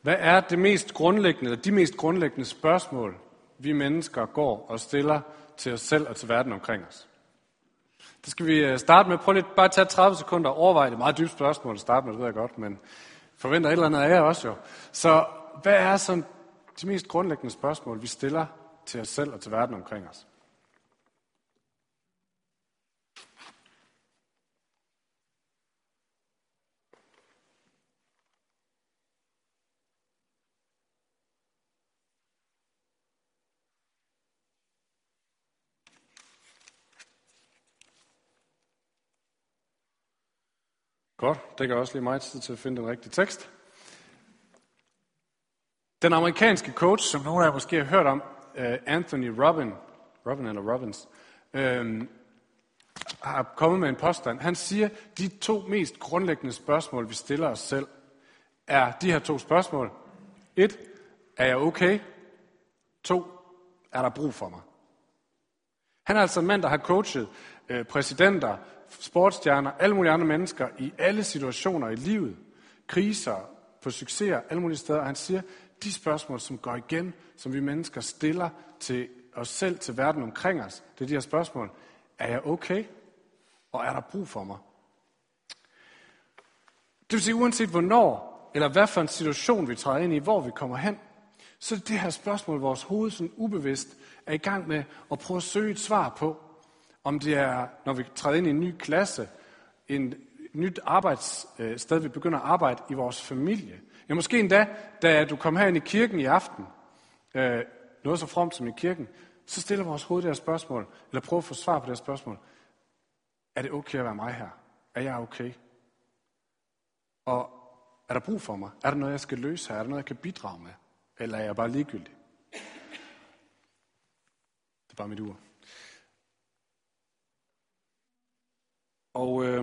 Hvad er de mest grundlæggende spørgsmål, vi mennesker går og stiller til os selv og til verden omkring os? Det skal vi starte med. Prøv lige bare at tage 30 sekunder og overveje det. Meget dybt spørgsmål at starte med, det ved jeg godt, men forventer et eller andet af jer også jo. Så hvad er så de mest grundlæggende spørgsmål, vi stiller til os selv og til verden omkring os? Godt, det gør også lige meget tid til at finde den rigtige tekst. Den amerikanske coach, som nogle af jer måske har hørt om, Anthony Robbins, har kommet med en påstand. Han siger, at de 2 mest grundlæggende spørgsmål, vi stiller os selv, er de her 2 spørgsmål. 1. Er jeg okay? 2. Er der brug for mig? Han er altså en mand, der har coachet præsidenter, sportsstjerner, alle mulige andre mennesker i alle situationer i livet, kriser, på succeser, alle mulige steder. Og han siger, de spørgsmål, som går igen, som vi mennesker stiller til os selv, til verden omkring os, det er de her spørgsmål. Er jeg okay? Og er der brug for mig? Det vil sige, uanset hvornår, eller hvad for en situation vi træder ind i, hvor vi kommer hen, så er det her spørgsmål, vores hoved sådan ubevidst er i gang med at prøve at søge et svar på. Om det er, når vi træder ind i en ny klasse, en nyt arbejdssted, vi begynder at arbejde i vores familie. Ja, måske endda, da du kom herind i kirken i aften, noget så fromt som i kirken, så stiller vores hoved det her spørgsmål, eller prøver at få svar på det her spørgsmål. Er det okay at være mig her? Er jeg okay? Og er der brug for mig? Er der noget, jeg skal løse her? Er der noget, jeg kan bidrage med? Eller er jeg bare ligegyldig? Det er bare mit ord. Og det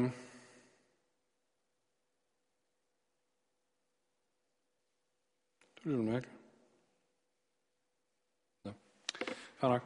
bliver du mærke. Ja, fair nok.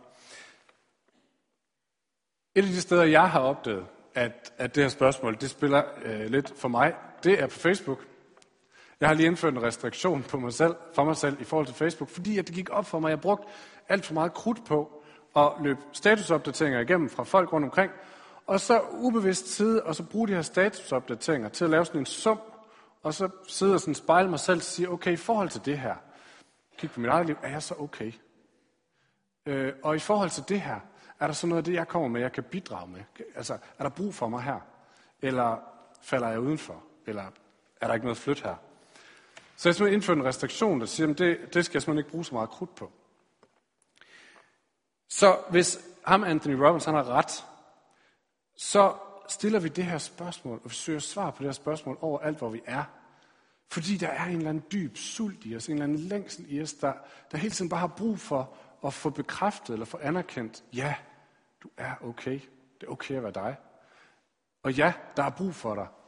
Et af de steder, jeg har opdaget, at det her spørgsmål, det spiller lidt for mig, det er på Facebook. Jeg har lige indført en restriktion for mig selv i forhold til Facebook, fordi at det gik op for mig. Jeg brugte alt for meget krudt på at løbe statusopdateringer igennem fra folk rundt omkring, og så ubevidst sidde og så bruge de her statusopdateringer til at lave sådan en sum, og så sidde og sådan spejle mig selv og sige, okay, i forhold til det her, kig på mit eget liv, er jeg så okay? Og i forhold til det her, er der så noget af det, jeg kommer med, jeg kan bidrage med? Altså, er der brug for mig her? Eller falder jeg udenfor? Eller er der ikke noget flyt her? Så jeg simpelthen indført en restriktion, der siger, at det skal jeg simpelthen ikke bruge så meget krudt på. Så hvis Anthony Robbins han har ret, så stiller vi det her spørgsmål, og vi søger svar på det her spørgsmål over alt, hvor vi er. Fordi der er en eller anden dyb sult i os, en eller anden længsel i os, der hele tiden bare har brug for at få bekræftet eller få anerkendt, ja, du er okay. Det er okay at være dig. Og ja, der er brug for dig.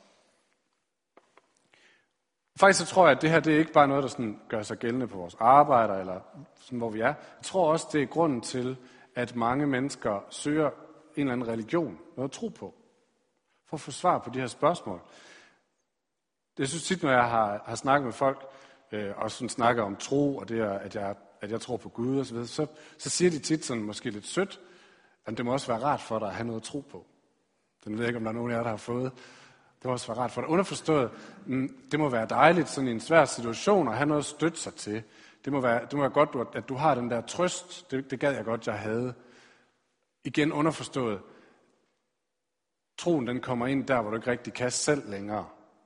Faktisk så tror jeg, at det her det er ikke bare noget, der sådan gør sig gældende på vores arbejde, eller sådan, hvor vi er. Jeg tror også, det er grunden til, at mange mennesker søger en eller anden religion, noget at tro på, for at få svar på de her spørgsmål. Jeg synes tit, når jeg har snakket med folk, og sådan snakker om tro, og det er, at jeg tror på Gud osv., så siger de tit sådan måske lidt sødt, at det må også være rart for dig at have noget at tro på. Den ved jeg ikke, om der er nogen af jer, der har fået. Det må også være rart for dig. Underforstået, det må være dejligt sådan i en svær situation at have noget at støtte sig til. Det må være godt, at du har den der trøst. Det gad jeg godt, jeg havde. Igen underforstået. Troen den kommer ind der, hvor du ikke rigtig kan selv længere.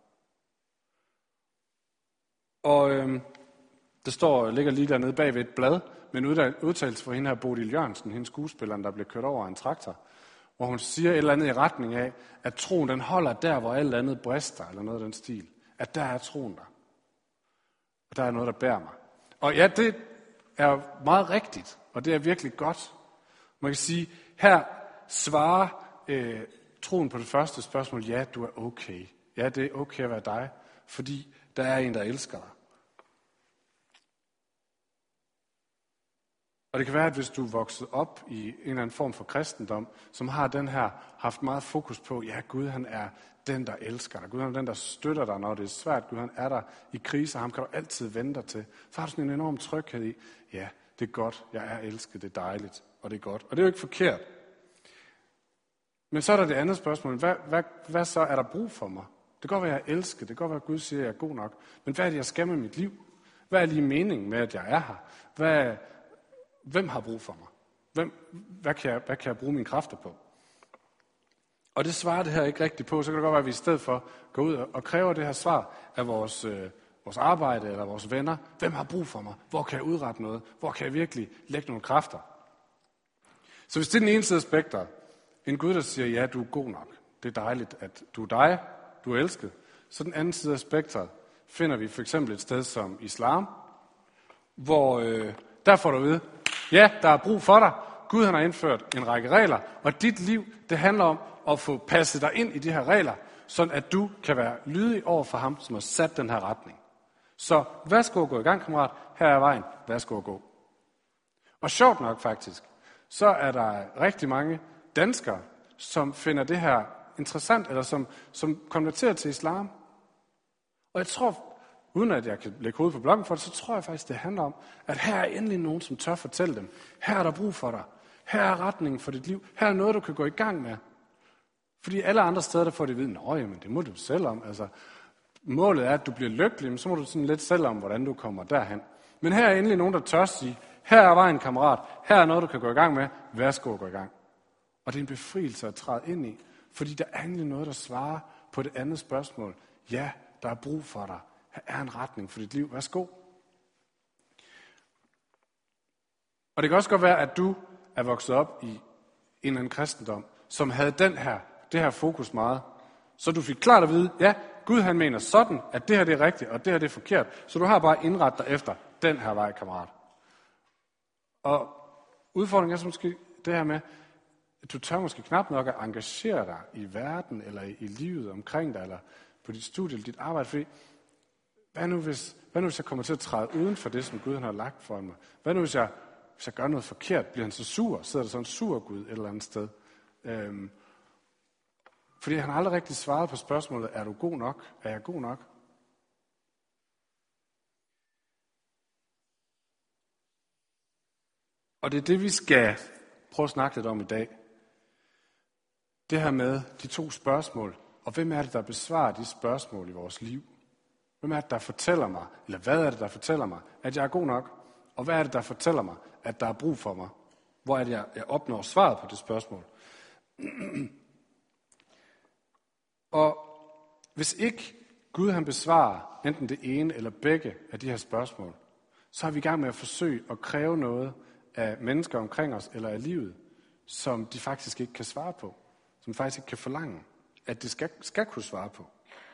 Og der ligger lige dernede bag ved et blad med en udtalelse fra hende her, Bodil Jørgensen, hende skuespilleren, der blev kørt over af en traktor, hvor hun siger et eller andet i retning af, at troen den holder der, hvor alt andet brister, eller noget af den stil. At der er troen der. Og der er noget, der bærer mig. Og ja, det er meget rigtigt, og det er virkelig godt. Man kan sige, her svarer troen på det første spørgsmål, ja, du er okay. Ja, det er okay at være dig, fordi der er en, der elsker dig. Og det kan være, at hvis du er vokset op i en eller anden form for kristendom, som har den her haft meget fokus på, ja, Gud han er den, der elsker dig. Gud han er den, der støtter dig, når det er svært. Gud han er der i kriser, ham kan du altid vende dig til. Så har du sådan en enorm tryghed i, ja, det er godt, jeg er elsket, det er dejligt, og det er godt. Og det er jo ikke forkert. Men så er der det andet spørgsmål. Hvad så er der brug for mig? Det kan godt være, at jeg elsker. Det kan godt være, at Gud siger, at jeg er god nok. Men hvad er det, jeg skal med mit liv? Hvad er lige meningen med, at jeg er her? Hvem har brug for mig? Hvad kan jeg bruge mine kræfter på? Og det svarer det her ikke rigtigt på. Så kan det godt være, at vi i stedet for går ud og kræver det her svar af vores arbejde eller vores venner. Hvem har brug for mig? Hvor kan jeg udrette noget? Hvor kan jeg virkelig lægge nogle kræfter? Så hvis det er den ene side af spektret, en Gud, der siger, ja, du er god nok. Det er dejligt, at du er dig, du er elsket. Så den anden side af spektret finder vi for eksempel et sted som islam, hvor der får du at vide, ja, der er brug for dig. Gud han har indført en række regler, og dit liv, det handler om at få passet dig ind i de her regler, sådan at du kan være lydig over for ham, som har sat den her retning. Så værsgo at gå i gang, kammerat. Her er vejen. Værsgo at gå. Og sjovt nok faktisk, så er der rigtig mange danskere, som finder det her interessant, eller som konverterer til islam. Og jeg tror, uden at jeg kan lægge hovedet på blokken for det, så tror jeg faktisk, det handler om, at her er endelig nogen, som tør fortælle dem, her er der brug for dig. Her er retningen for dit liv. Her er noget, du kan gå i gang med. Fordi alle andre steder, der får de at vide, nå, jamen, det må du selv om. Altså, målet er, at du bliver lykkelig, men så må du sådan lidt selv om, hvordan du kommer derhen. Men her er endelig nogen, der tør sige, her er vejen, kammerat. Her er noget, du kan gå i gang med. Værsgo at gå i gang. Og det er en befrielse at træde ind i, fordi der er endelig noget, der svarer på det andet spørgsmål. Ja, der er brug for dig. Her er en retning for dit liv. Værsgo. Og det kan også godt være, at du er vokset op i en eller anden kristendom, som havde det her fokus meget. Så du fik klart at vide, ja, Gud han mener sådan, at det her det er rigtigt, og det her det er forkert. Så du har bare indrettet dig efter den her vej, kammerat. Og udfordringen er så måske det her med, at du tør måske knap nok at engagere dig i verden, eller i livet omkring dig, eller på dit studie, eller dit arbejde. Fordi, hvad nu hvis jeg kommer til at træde uden for det, som Gud han har lagt for mig? Hvad nu hvis jeg gør noget forkert? Bliver han så sur? Sidder der så en sur Gud et eller andet sted? Fordi han har aldrig rigtig svaret på spørgsmålet, er du god nok? Er jeg god nok? Og det er det, vi skal prøve at snakke lidt om i dag. Det her med de to spørgsmål. Og hvem er det, der besvarer de spørgsmål i vores liv? Hvem er det, der fortæller mig, eller hvad er det, der fortæller mig, at jeg er god nok? Og hvad er det, der fortæller mig, at der er brug for mig? Hvor er det, jeg opnår svaret på det spørgsmål? Og hvis ikke Gud han besvarer enten det ene eller begge af de her spørgsmål, så er vi i gang med at forsøge at kræve noget af mennesker omkring os, eller af livet, som de faktisk ikke kan svare på. Som faktisk ikke kan forlange, at det skal kunne svare på.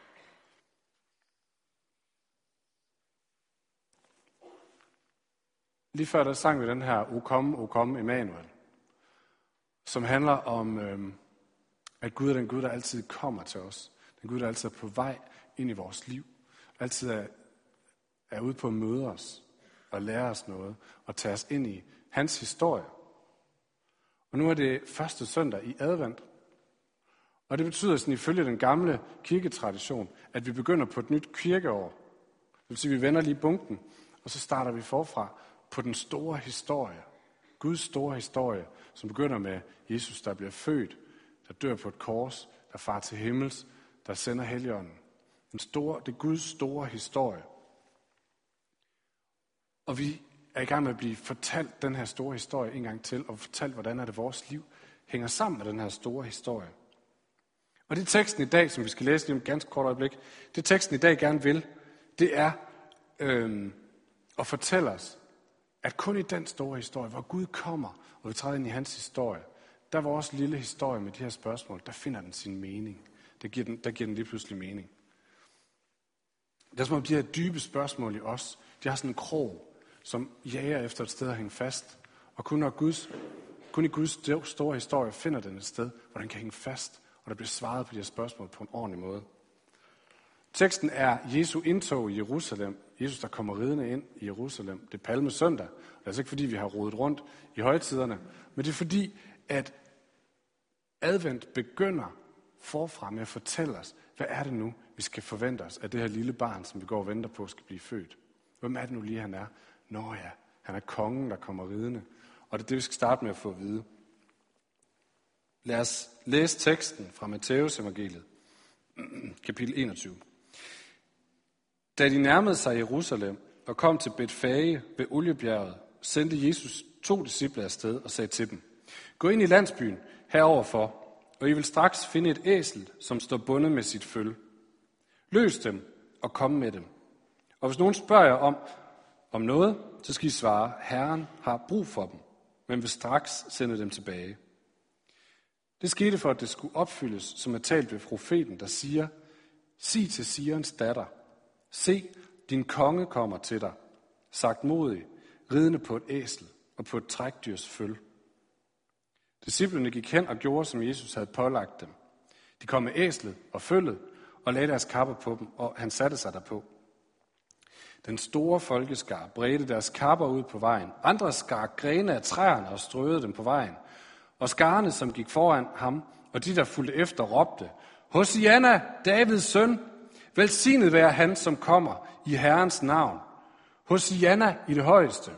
Lige før der sang vi den her O kom, Emmanuel, som handler om, at Gud er den Gud, der altid kommer til os. Den Gud, der altid er på vej ind i vores liv. Altid er ude på at møde os og lære os noget og tage os ind i hans historie. Og nu er det første søndag i advent. Og det betyder sådan ifølge den gamle kirketradition, at vi begynder på et nyt kirkeår. Det vil sige, at vi vender lige bunken, og så starter vi forfra på den store historie. Guds store historie, som begynder med Jesus, der bliver født, der dør på et kors, der farer til himmels, der sender Helligånden. Det er Guds store historie. Og vi er i gang med at blive fortalt den her store historie en gang til, og fortalt, hvordan er det vores liv hænger sammen med den her store historie. Og det teksten i dag, som vi skal læse lige om et ganske kort øjeblik, det teksten i dag gerne vil, det er at fortælle os, at kun i den store historie, hvor Gud kommer, og vi træder ind i hans historie, der er vores lille historie med de her spørgsmål, der finder den sin mening. Der giver den lige pludselig mening. Det er som om de her dybe spørgsmål i os, de har sådan en krog, som jager efter et sted at hænge fast. Og kun i Guds store historie finder den et sted, hvor den kan hænge fast, og der bliver svaret på de her spørgsmål på en ordentlig måde. Teksten er Jesu indtog i Jerusalem. Jesus, der kommer ridende ind i Jerusalem. Det er palmesøndag. Det er altså ikke fordi, vi har rodet rundt i højtiderne, men det er fordi, at advent begynder forfra med at fortælle os, hvad er det nu, vi skal forvente os af det her lille barn, som vi går og venter på, skal blive født. Hvem er det nu lige, han er? Nå ja, han er kongen, der kommer ridende. Og det er det, vi skal starte med at få at vide. Lad os læse teksten fra Matthæus evangeliet, kapitel 21. Da de nærmede sig Jerusalem og kom til Betfage ved Oliebjerget, sendte Jesus 2 disciple afsted og sagde til dem: Gå ind i landsbyen heroverfor, og I vil straks finde et æsel, som står bundet med sit føl. Løs dem og kom med dem. Og hvis nogen spørger jer om noget, så skal I svare: Herren har brug for dem, men vil straks sende dem tilbage. Det skete for, at det skulle opfyldes, som er talt ved profeten, der siger: Sig til Sions datter: Se, din konge kommer til dig, sagtmodig, ridende på et æsel og på et trækdyrs føl. Disciplene gik hen og gjorde, som Jesus havde pålagt dem. De kom med æslet og føllet og lagde deres kapper på dem, og han satte sig derpå. Den store folkeskare bredte deres kapper ud på vejen. Andre skar grene af træerne og strøede dem på vejen. Og skarne, som gik foran ham, og de, der fulgte efter, råbte: Hosianna, Davids søn! Velsignet være han, som kommer i Herrens navn. Hosianna i det højeste.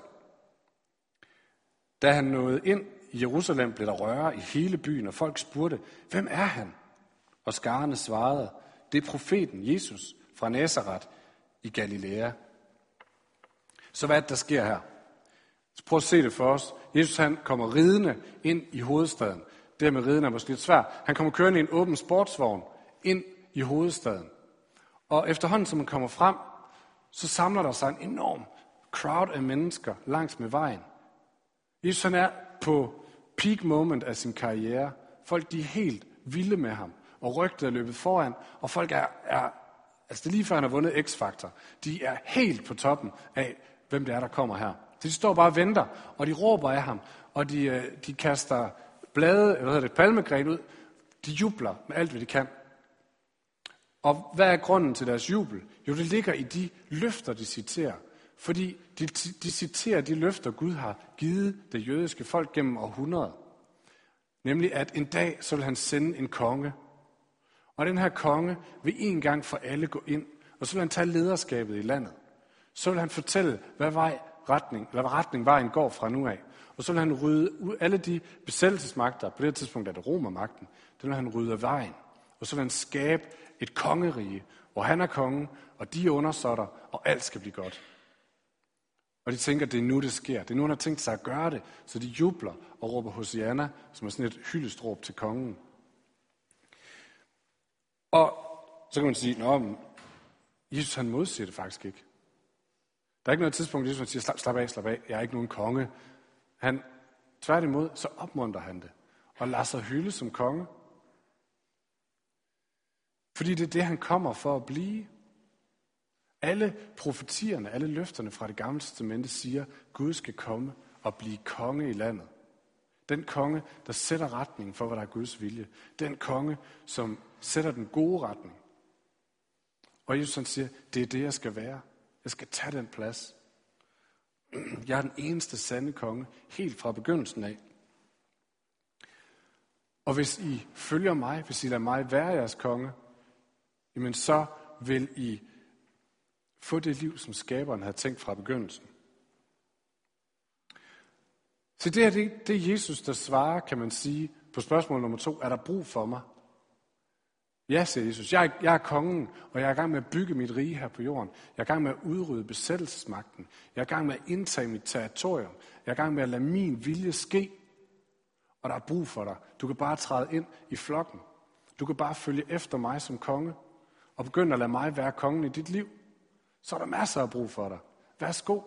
Da han nåede ind i Jerusalem, blev der røre i hele byen, og folk spurgte: Hvem er han? Og skarne svarede: Det er profeten Jesus fra Nazaret i Galilea. Så hvad er det, der sker her? Så prøv at se det for os. Jesus han kommer ridende ind i hovedstaden. Det her med ridende er måske lidt svært. Han kommer kørende i en åben sportsvogn ind i hovedstaden. Og efterhånden, som man kommer frem, så samler der sig en enorm crowd af mennesker langs med vejen. Jesus han er på peak moment af sin karriere. Folk de er helt vilde med ham, og rygtet er løbet foran, og folk er altså det er lige før han har vundet X-Factor. De er helt på toppen af, hvem det er, der kommer her. Så de står bare og venter, og de råber af ham, og de kaster palmegren ud. De jubler med alt, hvad de kan. Og hvad er grunden til deres jubel? Jo, det ligger i de løfter, de citerer. Fordi de citerer de løfter, Gud har givet det jødiske folk gennem århundreder. Nemlig, at en dag så vil han sende en konge. Og den her konge vil en gang for alle gå ind, og så vil han tage lederskabet i landet. Så vil han fortælle, hvad retning vejen går fra nu af. Og så vil han rydde ud alle de besættelsesmagter, på det tidspunkt er det romermagten, det vil han rydde af vejen. Og så vil han skabe et kongerige, hvor han er kongen, og de er undersåtter, og alt skal blive godt. Og de tænker, at det er nu, det sker. Det er nu, han har tænkt sig at gøre det, så de jubler og råber Hosianna, som er sådan et hyldestråb til kongen. Og så kan man sige, at Jesus han modsiger det faktisk ikke. Der er ikke noget tidspunkt, Jesus siger, slap af, jeg er ikke nogen konge. Han, tværtimod, så opmuntrer han det, og lader sig hylde som konge. Fordi det er det, han kommer for at blive. Alle profetierne, alle løfterne fra det gamle testamente siger, at Gud skal komme og blive konge i landet. Den konge, der sætter retningen for, hvad der er Guds vilje. Den konge, som sætter den gode retning. Og Jesus han siger, det er det, jeg skal være. Jeg skal tage den plads. Jeg er den eneste sande konge, helt fra begyndelsen af. Og hvis I følger mig, hvis I lader mig være jeres konge, jamen så vil I få det liv, som skaberen havde tænkt fra begyndelsen. Så det er Jesus, der svarer, kan man sige, på spørgsmål nummer 2, er der brug for mig? Ja, siger Jesus, jeg er kongen, og jeg er i gang med at bygge mit rige her på jorden. Jeg er i gang med at udrydde besættelsesmagten. Jeg er i gang med at indtage mit territorium. Jeg er i gang med at lade min vilje ske. Og der er brug for dig. Du kan bare træde ind i flokken. Du kan bare følge efter mig som konge, og begynde at lade mig være kongen i dit liv. Så er der masser af brug for dig. Værsgo.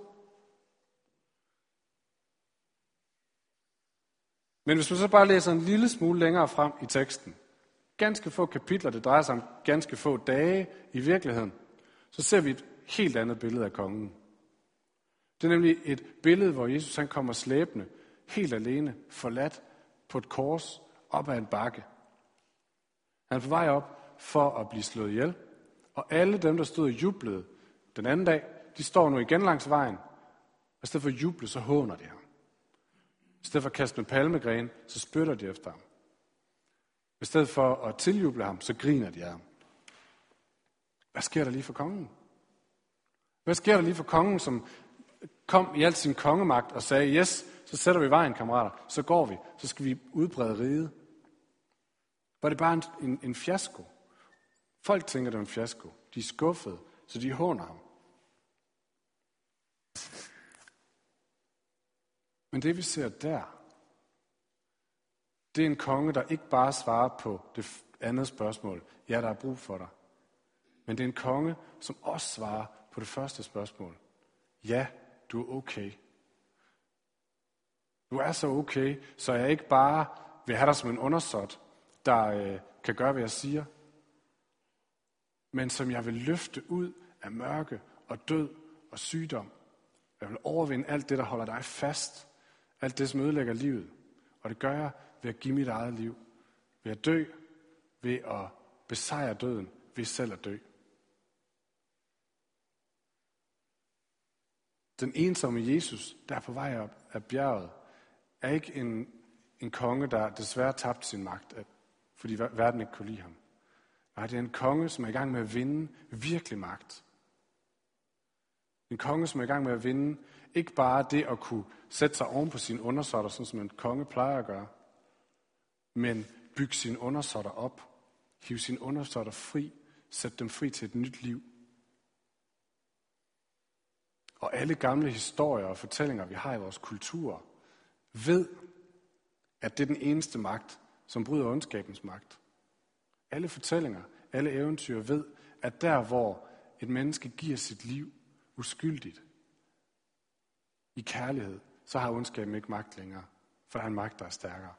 Men hvis man så bare læser en lille smule længere frem i teksten, ganske få kapitler, det drejer sig om ganske få dage i virkeligheden, så ser vi et helt andet billede af kongen. Det er nemlig et billede, hvor Jesus han kommer slæbende, helt alene, forladt på et kors, op ad en bakke. Han er på vej op for at blive slået ihjel, og alle dem, der stod og jublede den anden dag, de står nu igen langs vejen, og i stedet for at juble, så håner de ham. I stedet for at kaste med palmegren, så spytter de efter ham. I stedet for at tiljuble ham, så griner de af ham. Hvad sker der lige for kongen? Hvad sker der lige for kongen, som kom i al sin kongemagt og sagde, yes, så sætter vi vejen, kammerater, så går vi, så skal vi udbrede riget. Var det bare en fiasko? Folk tænker, det er en fiasko. De er skuffede, så de håner ham. Men det vi ser der, det er en konge, der ikke bare svarer på det andet spørgsmål, ja, der er brug for dig. Men det er en konge, som også svarer på det første spørgsmål. Ja, du er okay. Du er så okay, så jeg ikke bare vil have dig som en undersåt, der kan gøre, hvad jeg siger, men som jeg vil løfte ud af mørke og død og sygdom. Jeg vil overvinde alt det, der holder dig fast. Alt det, som ødelægger livet. Og det gør jeg ved at give mit eget liv. Ved at dø. Ved at besejre døden. Ved selv at dø. Den ensomme Jesus, der er på vej op af bjerget, er ikke en konge, der desværre tabte sin magt, fordi verden ikke kunne lide ham. Nej, det er en konge, som er i gang med at vinde virkelig magt. En konge, som er i gang med at vinde ikke bare det at kunne sætte sig oven på sine undersåtter, sådan som en konge plejer at gøre, men bygge sine undersåtter op, hive sine undersåtter fri, sætte dem fri til et nyt liv. Og alle gamle historier og fortællinger, vi har i vores kultur, ved, at det er den eneste magt, som bryder ondskabens magt. Alle fortællinger, alle eventyr ved, at der hvor et menneske giver sit liv uskyldigt, i kærlighed, så har ondskaben ikke magt længere, for der er en magt, der er stærkere.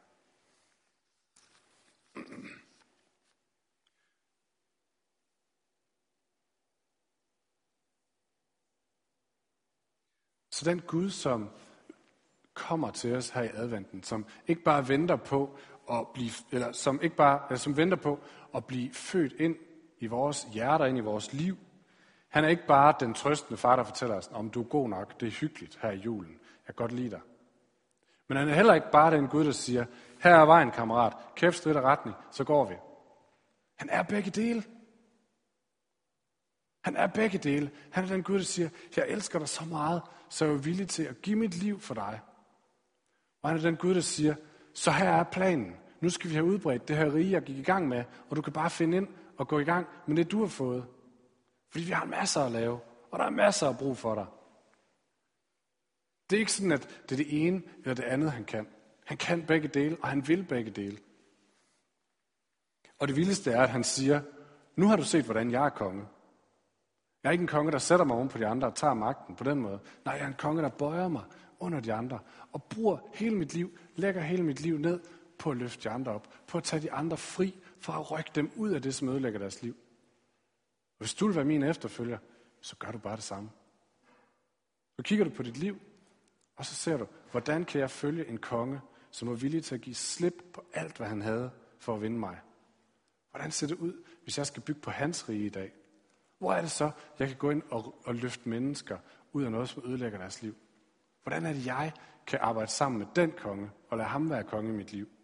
Så den Gud, som kommer til os her i adventen, som ikke bare venter på at blive, som venter på at blive født ind i vores hjerter, ind i vores liv. Han er ikke bare den trøstende far, der fortæller os, om du er god nok, det er hyggeligt her i julen, jeg kan godt lide dig. Men han er heller ikke bare den Gud, der siger, her er vejen, kammerat, kæft, stridt og retning, så går vi. Han er begge dele. Han er begge dele. Han er den Gud, der siger, jeg elsker dig så meget, så jeg er villig til at give mit liv for dig. Og han er den Gud, der siger, så her er planen. Nu skal vi have udbredt det her rige, jeg gik i gang med, og du kan bare finde ind og gå i gang med det, du har fået. Fordi vi har masser at lave, og der er masser af brug for dig. Det er ikke sådan, at det er det ene eller det andet, han kan. Han kan begge dele, og han vil begge dele. Og det vildeste er, at han siger, nu har du set, hvordan jeg er konge. Jeg er ikke en konge, der sætter mig oven på de andre og tager magten på den måde. Nej, jeg er en konge, der bøjer mig under de andre og bruger hele mit liv, lægger hele mit liv ned på at løfte de andre op, på at tage de andre fri, for at rykke dem ud af det, som ødelægger deres liv. Hvis du vil være min efterfølger, så gør du bare det samme. Så kigger du på dit liv, og så ser du, hvordan kan jeg følge en konge, som er villig til at give slip på alt, hvad han havde for at vinde mig. Hvordan ser det ud, hvis jeg skal bygge på hans rige i dag? Hvor er det så, jeg kan gå ind og løfte mennesker ud af noget, som ødelægger deres liv? Hvordan er det, jeg kan arbejde sammen med den konge, og lade ham være konge i mit liv?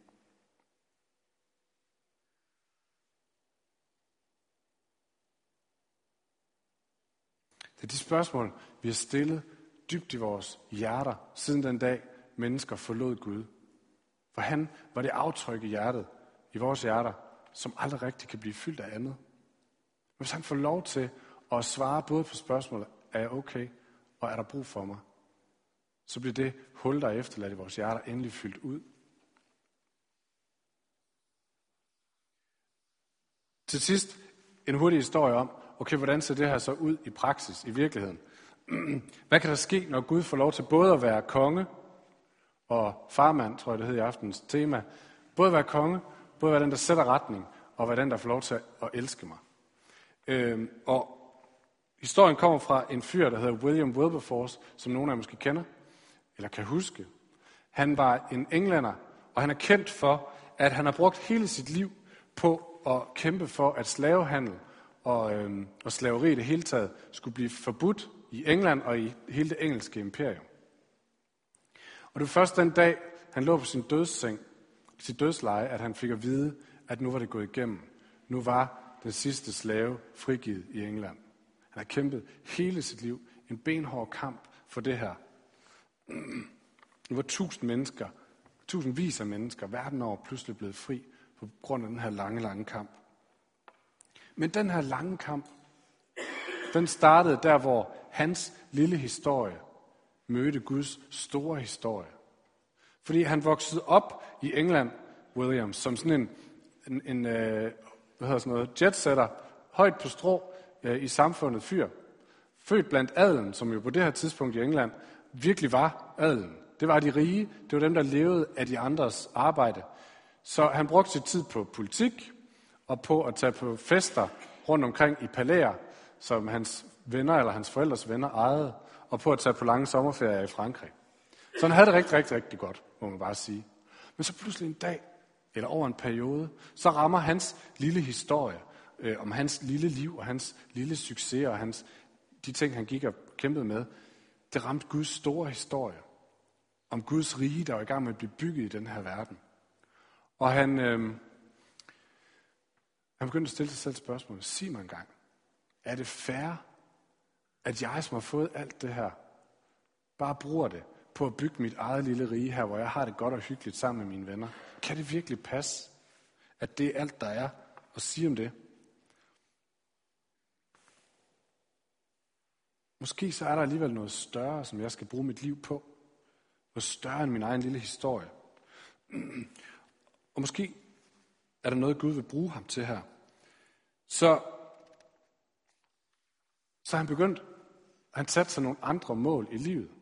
Det er de spørgsmål, vi har stillet dybt i vores hjerter, siden den dag, mennesker forlod Gud. For han var det aftryk i hjertet, i vores hjerter, som aldrig rigtig kan blive fyldt af andet. Hvis han får lov til at svare både på spørgsmålet, er jeg okay, og er der brug for mig, så bliver det hul, der er efterladt i vores hjerter, endelig fyldt ud. Til sidst en hurtig historie om, okay, hvordan ser det her så ud i praksis, i virkeligheden? Hvad kan der ske, når Gud får lov til både at være konge og farmand, tror jeg det hed i aftenens tema, både at være konge, både at være den, der sætter retning, og være den, der får lov til at elske mig. Og historien kommer fra en fyr, der hedder William Wilberforce, som nogle af jer måske kender, eller kan huske. Han var en englænder, og han er kendt for, at han har brugt hele sit liv på at kæmpe for, at slavehandel og slaveri i det hele taget skulle blive forbudt i England og i hele det engelske imperium. Og det var først den dag, han lå på sin dødsseng, sit dødsleje, at han fik at vide, at nu var det gået igennem. Nu var den sidste slave frigivet i England. Han har kæmpet hele sit liv, en benhård kamp for det her. Nu var tusindvis af mennesker verden over pludselig blevet fri på grund af den her lange, lange kamp. Men den her lange kamp, den startede der, hvor hans lille historie mødte Guds store historie. Fordi han voksede op i England, William, som sådan en jetsetter, højt på strå i samfundet fyr. Født blandt adelen, som jo på det her tidspunkt i England virkelig var adelen. Det var de rige, det var dem, der levede af de andres arbejde. Så han brugte sit tid på politik og på at tage på fester rundt omkring i palæer, som hans venner eller hans forældres venner ejede, og på at tage på lange sommerferier i Frankrig. Så han havde det rigtig, rigtig, rigtig godt, må man bare sige. Men så pludselig en dag, eller over en periode, så rammer hans lille historie om hans lille liv og hans lille succes og de ting, han gik og kæmpede med, det ramte Guds store historie om Guds rige, der var i gang med at blive bygget i den her verden. Og han begyndte at stille sig selv spørgsmålet, sig mig engang, er det fair, at jeg, som har fået alt det her, bare bruger det på at bygge mit eget lille rige her, hvor jeg har det godt og hyggeligt sammen med mine venner? Kan det virkelig passe, at det er alt, der er at sige om det? Måske så er der alligevel noget større, som jeg skal bruge mit liv på. Noget større end min egen lille historie. Og måske er der noget, Gud vil bruge ham til her. Så han begyndt, han satte sig nogle andre mål i livet.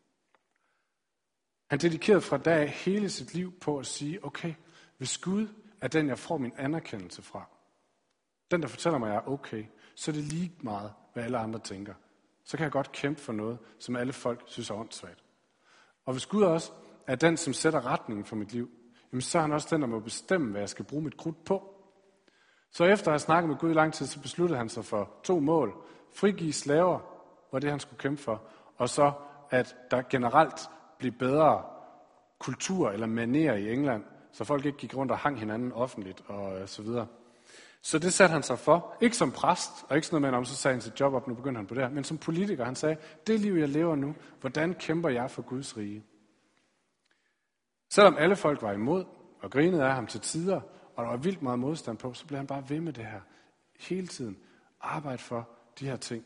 Han dedikerede fra dag af hele sit liv på at sige, okay, hvis Gud er den, jeg får min anerkendelse fra, den, der fortæller mig, at jeg er okay, så er det lige meget, hvad alle andre tænker. Så kan jeg godt kæmpe for noget, som alle folk synes er åndssvagt. Og hvis Gud også er den, som sætter retningen for mit liv, jamen så er han også den, der må bestemme, hvad jeg skal bruge mit krudt på. Så efter at have snakket med Gud i lang tid, så besluttede han sig for 2 mål. Frigive slaver, var det, han skulle kæmpe for. Og så, at der generelt blev bedre kultur eller manerer i England, så folk ikke gik rundt og hang hinanden offentligt og så videre. Så det satte han sig for. Ikke som præst, og ikke sådan noget med, om så sagde han sit job op, nu begyndte han på det her, men som politiker. Han sagde, det liv, jeg lever nu, hvordan kæmper jeg for Guds rige? Selvom alle folk var imod og grinede af ham til tider, og der var vildt meget modstand på, så blev han bare ved med det her. Hele tiden arbejde for de her ting.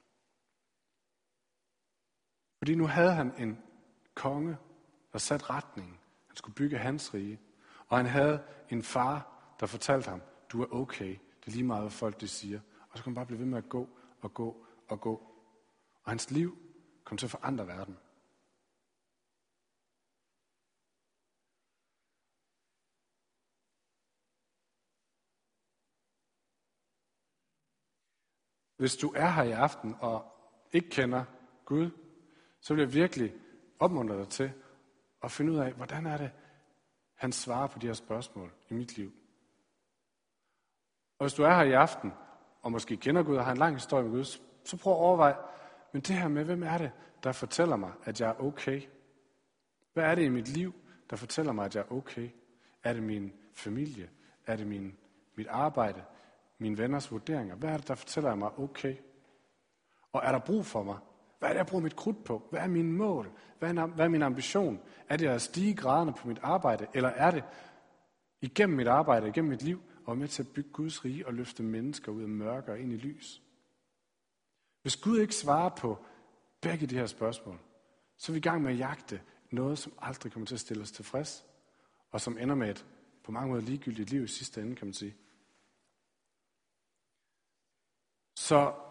Fordi nu havde han en konge, der satte retningen. Han skulle bygge hans rige. Og han havde en far, der fortalte ham, du er okay. Det er lige meget, hvad folk det siger. Og så kunne han bare blive ved med at gå og gå og gå. Og hans liv kom til at forandre verden. Hvis du er her i aften og ikke kender Gud, så vil jeg virkelig opmuntre dig til at finde ud af, hvordan er det, han svarer på de her spørgsmål i mit liv. Og hvis du er her i aften, og måske kender Gud og har en lang historie med Gud, så prøv at overveje, men det her med, hvem er det, der fortæller mig, at jeg er okay? Hvad er det i mit liv, der fortæller mig, at jeg er okay? Er det min familie? Er det mit arbejde? Mine venners vurderinger? Hvad er det, der fortæller mig okay? Og er der brug for mig? Hvad er det, jeg bruger mit krudt på? Hvad er mine mål? Hvad er min ambition? Er det at stige graderne på mit arbejde? Eller er det igennem mit arbejde, igennem mit liv, og med til at bygge Guds rige og løfte mennesker ud af mørke og ind i lys? Hvis Gud ikke svarer på begge de her spørgsmål, så er vi i gang med at jagte noget, som aldrig kommer til at stille os tilfreds, og som ender med et på mange måder ligegyldigt liv i sidste ende, kan man sige. Så